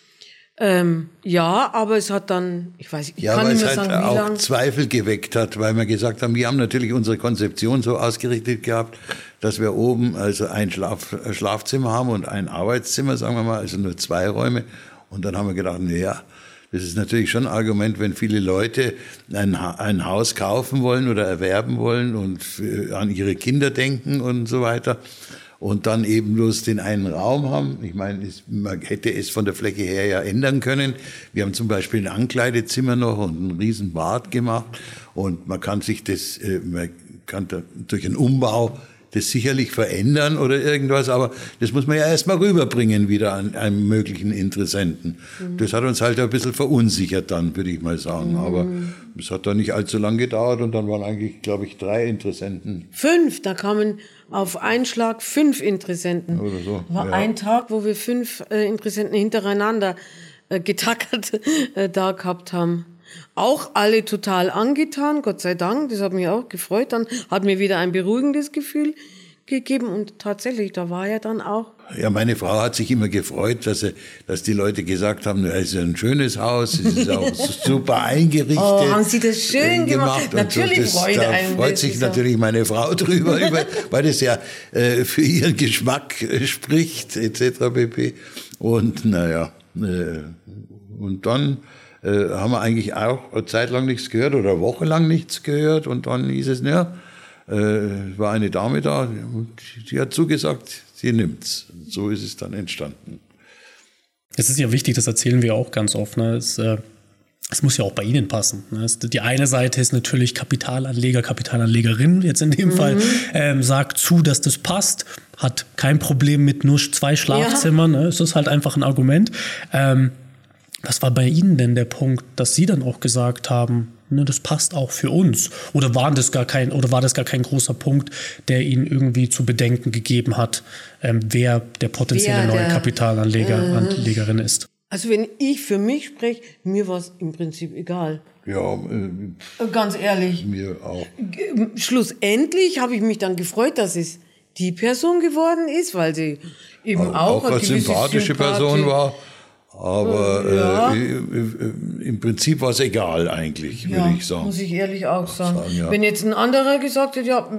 Ähm, ja, aber es hat dann, ich weiß, ich ja, kann weil nicht es mehr halt sagen, wie auch lange. Zweifel geweckt hat, weil wir gesagt haben, wir haben natürlich unsere Konzeption so ausgerichtet gehabt, dass wir oben also ein Schlaf, Schlafzimmer haben und ein Arbeitszimmer, sagen wir mal, also nur zwei Räume. Und dann haben wir gedacht, naja, das ist natürlich schon ein Argument, wenn viele Leute ein, ein Haus kaufen wollen oder erwerben wollen und an ihre Kinder denken und so weiter. Und dann eben bloß den einen Raum haben. Ich meine, man hätte es von der Fläche her ja ändern können. Wir haben zum Beispiel ein Ankleidezimmer noch und ein riesen Bad gemacht. Und man kann sich das, man kann da durch einen Umbau das sicherlich verändern oder irgendwas, aber das muss man ja erstmal rüberbringen wieder an einem möglichen Interessenten. Mhm. Das hat uns halt ein bisschen verunsichert dann, würde ich mal sagen. Mhm. Aber es hat dann nicht allzu lang gedauert und dann waren eigentlich, glaube ich, drei Interessenten. Fünf, da kamen auf einen Schlag fünf Interessenten. Oder so. War ja. ein Tag, wo wir fünf äh, Interessenten hintereinander äh, getackert äh, da gehabt haben. Auch alle total angetan, Gott sei Dank, das hat mich auch gefreut. Dann hat mir wieder ein beruhigendes Gefühl gegeben und tatsächlich, da war ja dann auch. Ja, meine Frau hat sich immer gefreut, dass, er, dass die Leute gesagt haben, es ist ein schönes Haus, es ist auch super eingerichtet. Oh, haben Sie das schön gemacht? gemacht. Natürlich so. das, freut da einem freut das sich so. natürlich meine Frau drüber, über, weil das ja äh, für ihren Geschmack äh, spricht, et cetera pp. Und naja, äh, und dann äh, haben wir eigentlich auch eine Zeit lang nichts gehört oder wochenlang nichts gehört und dann hieß es, ja, äh, war eine Dame da und die hat zugesagt, sie nimmt's. So ist es dann entstanden. Es ist ja wichtig, das erzählen wir auch ganz oft. Ne? Es, äh, es muss ja auch bei Ihnen passen. Ne? Es, die eine Seite ist natürlich Kapitalanleger, Kapitalanlegerin, jetzt in dem mhm. Fall, ähm, sagt zu, dass das passt, hat kein Problem mit nur zwei Schlafzimmern. Ja. Ne? Es ist halt einfach ein Argument. Ähm, was war bei Ihnen denn der Punkt, dass Sie dann auch gesagt haben, ne, das passt auch für uns? Oder war das gar kein, oder war das gar kein großer Punkt, der Ihnen irgendwie zu bedenken gegeben hat, ähm, wer der potenzielle wer neue der, Kapitalanleger, äh, Anlegerin ist? Also wenn ich für mich spreche, mir war es im Prinzip egal. Ja, äh, ganz ehrlich. Mir auch. Schlussendlich habe ich mich dann gefreut, dass es die Person geworden ist, weil sie eben auch, auch eine eine sympathische Person war. Aber ja. äh, im Prinzip war es egal eigentlich, würde ja, ich sagen. Muss ich ehrlich auch sagen. sagen ja. Wenn jetzt ein anderer gesagt hätte, ja,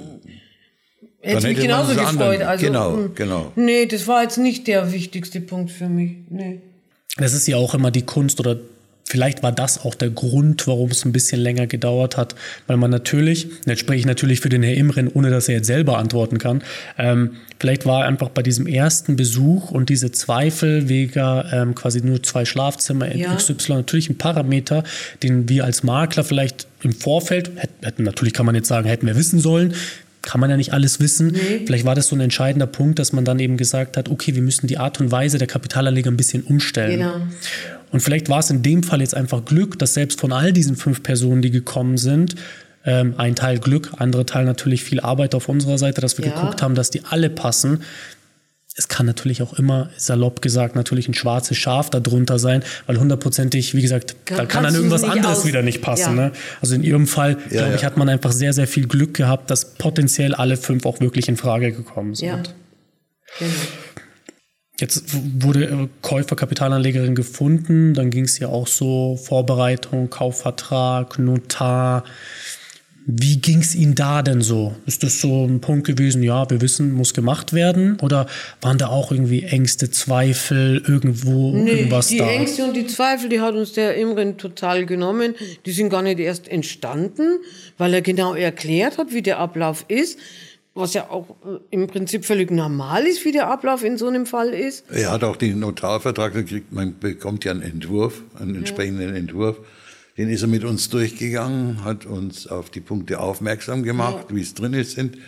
hätte es mich genauso gefreut. Anderen. Also, genau, genau. Nee, das war jetzt nicht der wichtigste Punkt für mich. Nee. Das ist ja auch immer die Kunst oder vielleicht war das auch der Grund, warum es ein bisschen länger gedauert hat, weil man natürlich, jetzt spreche ich natürlich für den Herr Imren, ohne dass er jetzt selber antworten kann, ähm, vielleicht war einfach bei diesem ersten Besuch und diese Zweifel wegen ähm, quasi nur zwei Schlafzimmer in ja. X Y natürlich ein Parameter, den wir als Makler vielleicht im Vorfeld, hätten, natürlich kann man jetzt sagen, hätten wir wissen sollen, kann man ja nicht alles wissen. Nee. Vielleicht war das so ein entscheidender Punkt, dass man dann eben gesagt hat, okay, wir müssen die Art und Weise der Kapitalanleger ein bisschen umstellen. Genau. Und vielleicht war es in dem Fall jetzt einfach Glück, dass selbst von all diesen fünf Personen, die gekommen sind, ähm, ein Teil Glück, andere Teil natürlich viel Arbeit auf unserer Seite, dass wir ja. geguckt haben, dass die alle passen. Es kann natürlich auch immer, salopp gesagt, natürlich ein schwarzes Schaf darunter sein, weil hundertprozentig, wie gesagt, kann, da kann dann irgendwas anderes aus. wieder nicht passen. Ja. Ne? Also in Ihrem Fall, ja, glaube ich, ja. hat man einfach sehr, sehr viel Glück gehabt, dass potenziell alle fünf auch wirklich in Frage gekommen sind. Ja. Genau. Jetzt wurde Käufer, Kapitalanlegerin gefunden, dann ging es ja auch so Vorbereitung, Kaufvertrag, Notar. Wie ging es Ihnen da denn so? Ist das so ein Punkt gewesen, ja, wir wissen, muss gemacht werden? Oder waren da auch irgendwie Ängste, Zweifel, irgendwo nee, irgendwas die da? Die Ängste und die Zweifel, die hat uns der Imren total genommen. Die sind gar nicht erst entstanden, weil er genau erklärt hat, wie der Ablauf ist. Was ja auch im Prinzip völlig normal ist, wie der Ablauf in so einem Fall ist. Er hat auch den Notarvertrag gekriegt, man bekommt ja einen Entwurf, einen entsprechenden ja. Entwurf. Den ist er mit uns durchgegangen, hat uns auf die Punkte aufmerksam gemacht, ja. wie es drin ist.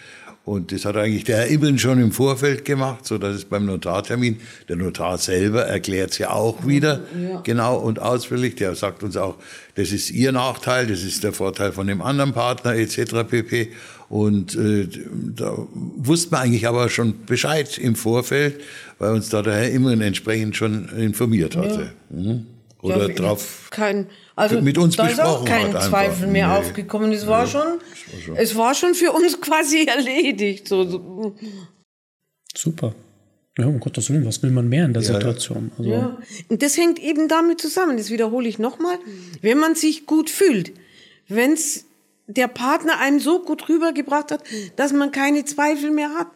Und das hat eigentlich der Herr Immeln schon im Vorfeld gemacht, so dass es beim Notartermin, der Notar selber erklärt es ja auch wieder, ja. genau und ausführlich. Der sagt uns auch, das ist Ihr Nachteil, das ist der Vorteil von dem anderen Partner et cetera pp. Und äh, da wusste man eigentlich aber schon Bescheid im Vorfeld, weil uns da der Herr Immeln entsprechend schon informiert hatte. Ja. Mhm. Oder ja, drauf kein, also mit uns da besprochen ist auch kein hat. Zweifel mehr nee. aufgekommen. Es war, nee, schon, war schon, es war schon für uns quasi erledigt. So, so. Super. Ja, um Gottes Willen, was will man mehr in der ja, Situation? Also ja. Und das hängt eben damit zusammen, das wiederhole ich nochmal, wenn man sich gut fühlt, wenn es der Partner einem so gut rübergebracht hat, dass man keine Zweifel mehr hat,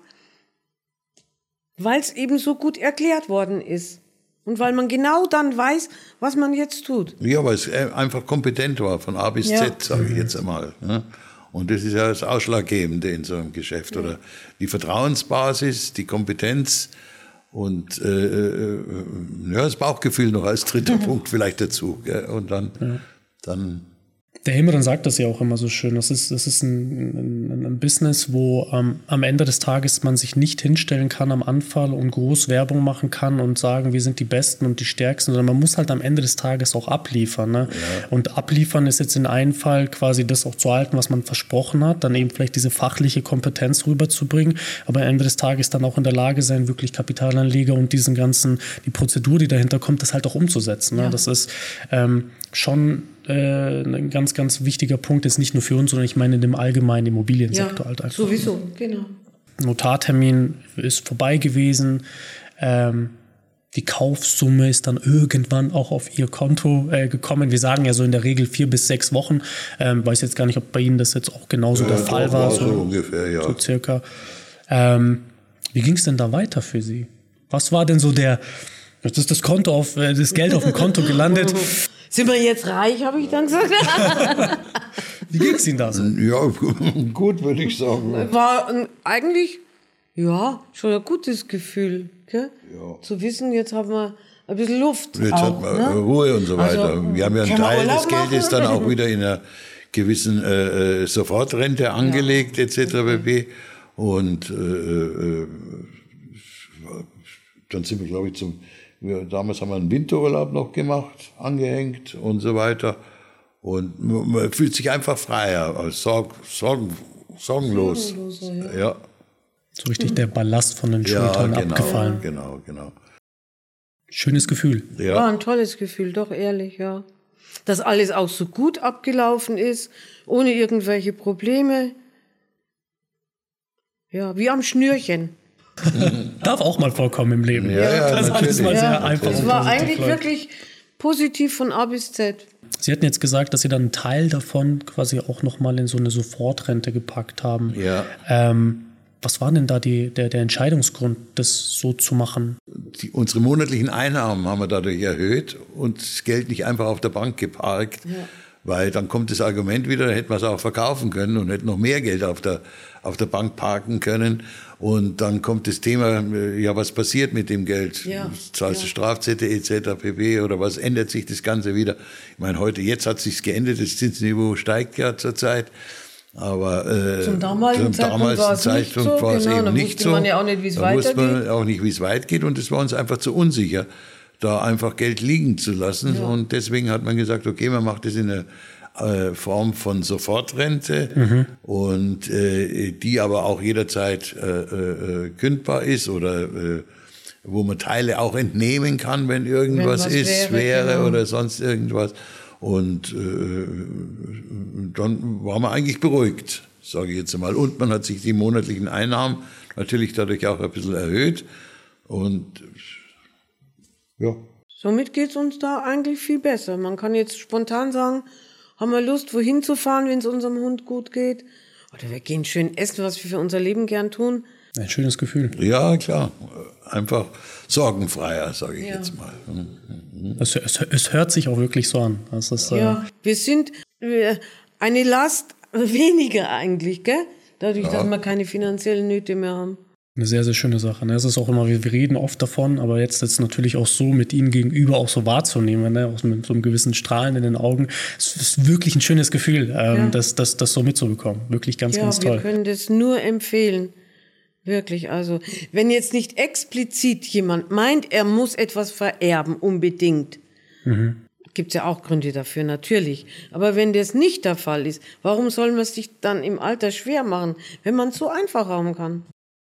weil es eben so gut erklärt worden ist. Und weil man genau dann weiß, was man jetzt tut. Ja, weil es einfach kompetent war, von A bis ja. Z, sage ich jetzt einmal. Und das ist ja das Ausschlaggebende in so einem Geschäft. Ja. Oder die Vertrauensbasis, die Kompetenz und äh, ja, das Bauchgefühl noch als dritter Punkt vielleicht dazu. Und dann, ja. dann Der Immeln sagt das ja auch immer so schön. Das ist, das ist ein, ein, ein Business, wo ähm, am Ende des Tages man sich nicht hinstellen kann am Anfang und groß Werbung machen kann und sagen, wir sind die Besten und die Stärksten, sondern man muss halt am Ende des Tages auch abliefern. Ne? Ja. Und abliefern ist jetzt in einem Fall quasi das auch zu halten, was man versprochen hat, dann eben vielleicht diese fachliche Kompetenz rüberzubringen, aber am Ende des Tages dann auch in der Lage sein, wirklich Kapitalanleger und diesen ganzen, die Prozedur, die dahinter kommt, das halt auch umzusetzen. Ne? Ja. Das ist ähm, schon äh, ein ganz, ganz wichtiger Punkt, ist nicht nur für uns, sondern ich meine in dem allgemeinen Immobiliensektor. Ja, halt einfach. Sowieso, genau. Notartermin ist vorbei gewesen. Ähm, die Kaufsumme ist dann irgendwann auch auf Ihr Konto äh, gekommen. Wir sagen ja so in der Regel vier bis sechs Wochen. Ähm, weiß jetzt gar nicht, ob bei Ihnen das jetzt auch genauso ja, der Fall war. So, so ungefähr, ja. So circa. Ähm, wie ging es denn da weiter für Sie? Was war denn so der, das ist das Konto auf, das Geld auf dem Konto gelandet? Sind wir jetzt reich, habe ich dann gesagt. Wie ging es Ihnen da so? Ja, gut, würde ich sagen. War ein, eigentlich, ja, schon ein gutes Gefühl. Gell? Ja. Zu wissen, jetzt haben wir ein bisschen Luft. Jetzt auch, hat man ne? Ruhe und so weiter. Also, wir haben ja einen Teil des Geldes dann auch wieder in einer gewissen äh, Sofortrente angelegt, ja. et cetera pp. Und äh, äh, dann sind wir, glaube ich, zum... Wir, damals haben wir einen Winterurlaub noch gemacht, angehängt und so weiter. Und man fühlt sich einfach freier, als Sorg, Sorgen, sorgenlos. Ja. ja. So richtig der Ballast von den Schultern ja, genau, abgefallen. Genau, genau. Schönes Gefühl. Ja. War ein tolles Gefühl, doch ehrlich, ja. Dass alles auch so gut abgelaufen ist, ohne irgendwelche Probleme. Ja, wie am Schnürchen. Darf auch mal vorkommen im Leben. Ja, ja, das natürlich. ist mal sehr ja, einfach. Es war eigentlich läuft. wirklich positiv von A bis Z. Sie hatten jetzt gesagt, dass Sie dann einen Teil davon quasi auch nochmal in so eine Sofortrente gepackt haben. Ja. Ähm, was war denn da die, der, der Entscheidungsgrund, das so zu machen? Die, unsere monatlichen Einnahmen haben wir dadurch erhöht und das Geld nicht einfach auf der Bank geparkt. Ja. Weil dann kommt das Argument wieder, dann hätten wir es auch verkaufen können und hätten noch mehr Geld auf der, auf der Bank parken können. Und dann kommt das Thema, ja, was passiert mit dem Geld? Ja, Zahlst du ja. Strafzettel et cetera pp. Oder was ändert sich das Ganze wieder? Ich meine, heute, jetzt hat sich's geändert, das Zinsniveau steigt ja zurzeit. Aber äh, zum damaligen zum damaligen Zeitpunkt war es genau, eben nicht so. Da wusste man ja auch nicht, wie es weitergeht. Da wusste man auch nicht, wie es weitergeht und es war uns einfach zu unsicher, da einfach Geld liegen zu lassen. Ja. Und deswegen hat man gesagt, okay, man macht das in einer äh, Form von Sofortrente mhm. und äh, die aber auch jederzeit äh, äh, kündbar ist oder äh, wo man Teile auch entnehmen kann, wenn irgendwas wenn ist, wäre, wäre genau. oder sonst irgendwas. Und äh, dann war man eigentlich beruhigt, sage ich jetzt einmal. Und man hat sich die monatlichen Einnahmen natürlich dadurch auch ein bisschen erhöht. Und ja. Somit geht es uns da eigentlich viel besser. Man kann jetzt spontan sagen, haben wir Lust, wohin zu fahren, wenn es unserem Hund gut geht? Oder wir gehen schön essen, was wir für unser Leben gern tun. Ein schönes Gefühl. Ja, klar. Einfach sorgenfreier, sage ich ja. jetzt mal. Es, es, es hört sich auch wirklich so an. Das ist, ja, äh wir sind äh, eine Last weniger eigentlich, gell? Dadurch, ja. dass wir keine finanziellen Nöte mehr haben. Eine sehr, sehr schöne Sache. Ne? Es ist auch immer, wir, wir reden oft davon, aber jetzt ist es natürlich auch so, mit Ihnen gegenüber auch so wahrzunehmen, ne? Auch mit so einem gewissen Strahlen in den Augen. Es ist wirklich ein schönes Gefühl, ähm, ja. das, das, das so mitzubekommen. Wirklich ganz, ja, ganz toll. Wir können das nur empfehlen. Wirklich, also wenn jetzt nicht explizit jemand meint, er muss etwas vererben, unbedingt, mhm. gibt es ja auch Gründe dafür, natürlich. Aber wenn das nicht der Fall ist, warum soll man es sich dann im Alter schwer machen, wenn man es so einfach haben kann?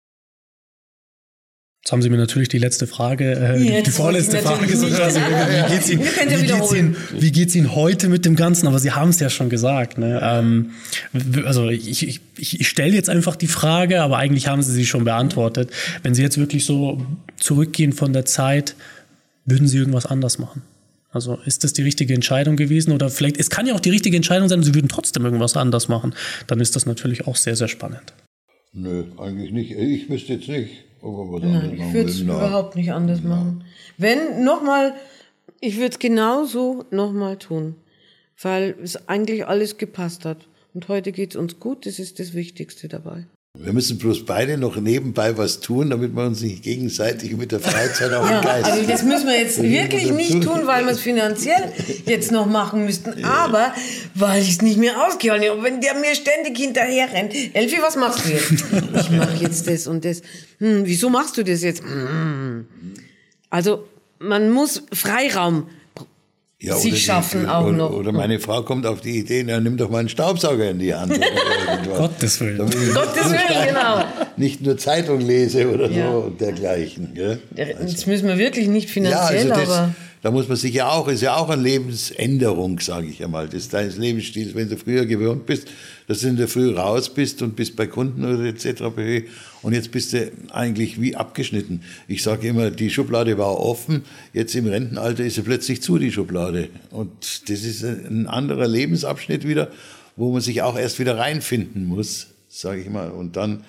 Jetzt haben Sie mir natürlich die letzte Frage, äh, die, die vorletzte Frage sogar. Also, wie geht's Ihnen, wie geht's Ihnen, wie geht's Ihnen heute mit dem Ganzen? Aber Sie haben es ja schon gesagt. Ne? Ähm, also ich, ich, ich stelle jetzt einfach die Frage, aber eigentlich haben Sie sie schon beantwortet. Wenn Sie jetzt wirklich so zurückgehen von der Zeit, würden Sie irgendwas anders machen? Also ist das die richtige Entscheidung gewesen? Oder vielleicht, es kann ja auch die richtige Entscheidung sein, Sie würden trotzdem irgendwas anders machen. Dann ist das natürlich auch sehr, sehr spannend. Nö, eigentlich nicht. Ich wüsste jetzt nicht. Nein, ich würde es überhaupt nicht anders ja. machen. Wenn, nochmal, ich würde es genauso nochmal tun, weil es eigentlich alles gepasst hat. Und heute geht es uns gut, das ist das Wichtigste dabei. Wir müssen bloß beide noch nebenbei was tun, damit wir uns nicht gegenseitig mit der Freizeit auf den ja, Geist... Also das müssen wir jetzt wirklich nicht tun, weil wir es finanziell jetzt noch machen müssten, ja. aber weil ich es nicht mehr ausgehalten habe. Wenn der mir ständig hinterher rennt, Elfi, was machst du jetzt? Ich mache jetzt das und das. Hm, wieso machst du das jetzt? Hm. Also man muss Freiraum ja, sich die, schaffen auch oder, noch. Oder meine Frau kommt auf die Idee, na, nimm doch mal einen Staubsauger in die Hand. Gottes Willen. Gottes Willen, genau. Nicht nur Zeitung lese oder ja. so und dergleichen. Gell? Das also. müssen wir wirklich nicht finanziell, ja, also das, aber... Da muss man sich ja auch, ist ja auch eine Lebensänderung, sage ich einmal, des deines Lebensstils. Wenn du früher gewöhnt bist, dass du in der Früh raus bist und bist bei Kunden oder et cetera und jetzt bist du eigentlich wie abgeschnitten. Ich sage immer, die Schublade war offen, jetzt im Rentenalter ist sie plötzlich zu, die Schublade. Und das ist ein anderer Lebensabschnitt wieder, wo man sich auch erst wieder reinfinden muss, sage ich mal. Und dann,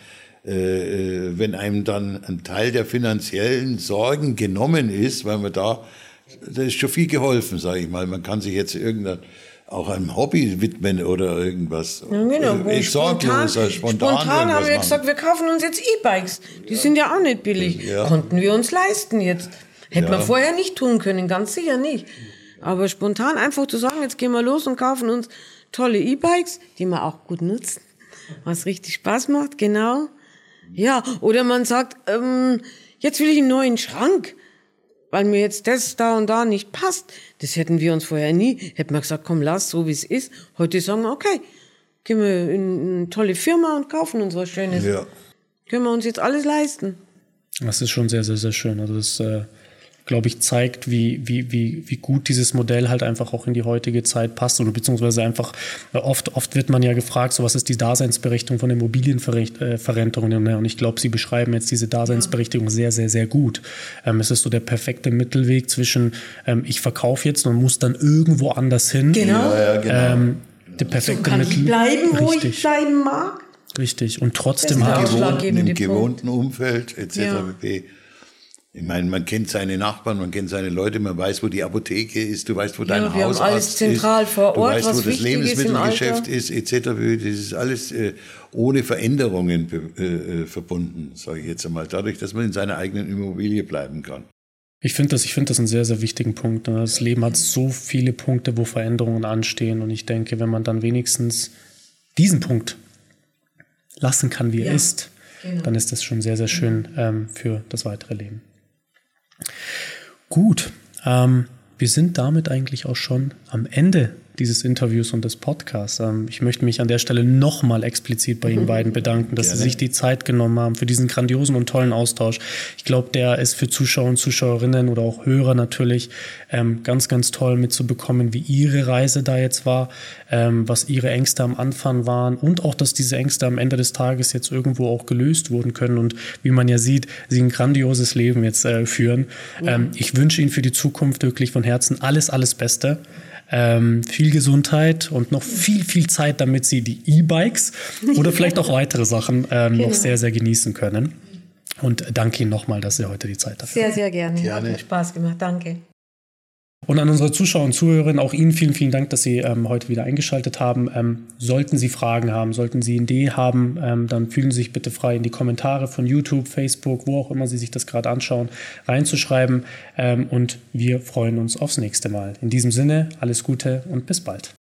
äh, wenn einem dann ein Teil der finanziellen Sorgen genommen ist, weil man da da ist schon viel geholfen, sage ich mal. Man kann sich jetzt irgendein, auch einem Hobby widmen oder irgendwas. Ja, genau. Ich sorglos, spontan, spontan haben wir machen. gesagt, wir kaufen uns jetzt E-Bikes. Die ja. sind ja auch nicht billig. Ja. Konnten wir uns leisten jetzt. Hätten ja. wir vorher nicht tun können, ganz sicher nicht. Aber spontan einfach zu sagen, jetzt gehen wir los und kaufen uns tolle E-Bikes, die wir auch gut nutzen, was richtig Spaß macht, genau. Ja, oder man sagt, ähm, jetzt will ich einen neuen Schrank, weil mir jetzt das da und da nicht passt. Das hätten wir uns vorher nie, hätten wir gesagt, komm, lass so wie es ist. Heute sagen wir, okay, gehen wir in eine tolle Firma und kaufen uns was Schönes. Ja. Können wir uns jetzt alles leisten. Das ist schon sehr, sehr, sehr schön. Also das, äh, glaube ich, zeigt, wie, wie, wie, wie gut dieses Modell halt einfach auch in die heutige Zeit passt. Oder beziehungsweise einfach, oft, oft wird man ja gefragt, so was ist die Daseinsberechtigung von Immobilienverrentungen? Und ich glaube, Sie beschreiben jetzt diese Daseinsberechtigung sehr, sehr, sehr gut. Ähm, es ist so der perfekte Mittelweg zwischen, ähm, ich verkaufe jetzt und muss dann irgendwo anders hin. Genau. Ja, ja, genau. Ähm, der perfekte so kann Mittel. ich bleiben, wo Richtig. ich bleiben mag. Richtig. Und trotzdem Im halt gewohnten, im gewohnten Umfeld et cetera Ja. pp. Ich meine, man kennt seine Nachbarn, man kennt seine Leute, man weiß, wo die Apotheke ist, du weißt, wo dein Ja, wir haben Hausarzt alles zentral ist, vor du Ort, weißt, was wo das wichtig ist im Lebensmittelgeschäft Alter. ist, et cetera. Das ist alles äh, ohne Veränderungen äh, verbunden, sage ich jetzt einmal, dadurch, dass man in seiner eigenen Immobilie bleiben kann. Ich finde das, ich finde das einen sehr, sehr wichtigen Punkt. Das Leben hat so viele Punkte, wo Veränderungen anstehen. Und ich denke, wenn man dann wenigstens diesen Punkt lassen kann, wie er Ja, ist, genau. dann ist das schon sehr, sehr schön ähm, für das weitere Leben. Gut, ähm, wir sind damit eigentlich auch schon am Ende dieses Interviews und des Podcasts. Ähm, ich möchte mich an der Stelle nochmal explizit bei Ihnen beiden bedanken, dass Gerne. Sie sich die Zeit genommen haben für diesen grandiosen und tollen Austausch. Ich glaube, der ist für Zuschauer und Zuschauerinnen oder auch Hörer natürlich ähm, ganz, ganz toll mitzubekommen, wie Ihre Reise da jetzt war, ähm, was Ihre Ängste am Anfang waren und auch, dass diese Ängste am Ende des Tages jetzt irgendwo auch gelöst wurden können und wie man ja sieht, Sie ein grandioses Leben jetzt äh, führen. Ja. Ähm, ich wünsche Ihnen für die Zukunft wirklich von Herzen alles, alles Beste. Ähm, viel Gesundheit und noch viel, viel Zeit, damit Sie die E-Bikes oder vielleicht auch weitere Sachen ähm, genau. noch sehr, sehr genießen können. Und danke Ihnen nochmal, dass Sie heute die Zeit dafür haben. Sehr, sehr gerne. Gerne. Hat mir Spaß gemacht. Danke. Und an unsere Zuschauer und Zuhörerinnen, auch Ihnen vielen, vielen Dank, dass Sie ähm, heute wieder eingeschaltet haben. Ähm, sollten Sie Fragen haben, sollten Sie eine Idee haben, ähm, dann fühlen Sie sich bitte frei, in die Kommentare von YouTube, Facebook, wo auch immer Sie sich das gerade anschauen, reinzuschreiben. Ähm, und wir freuen uns aufs nächste Mal. In diesem Sinne, alles Gute und bis bald.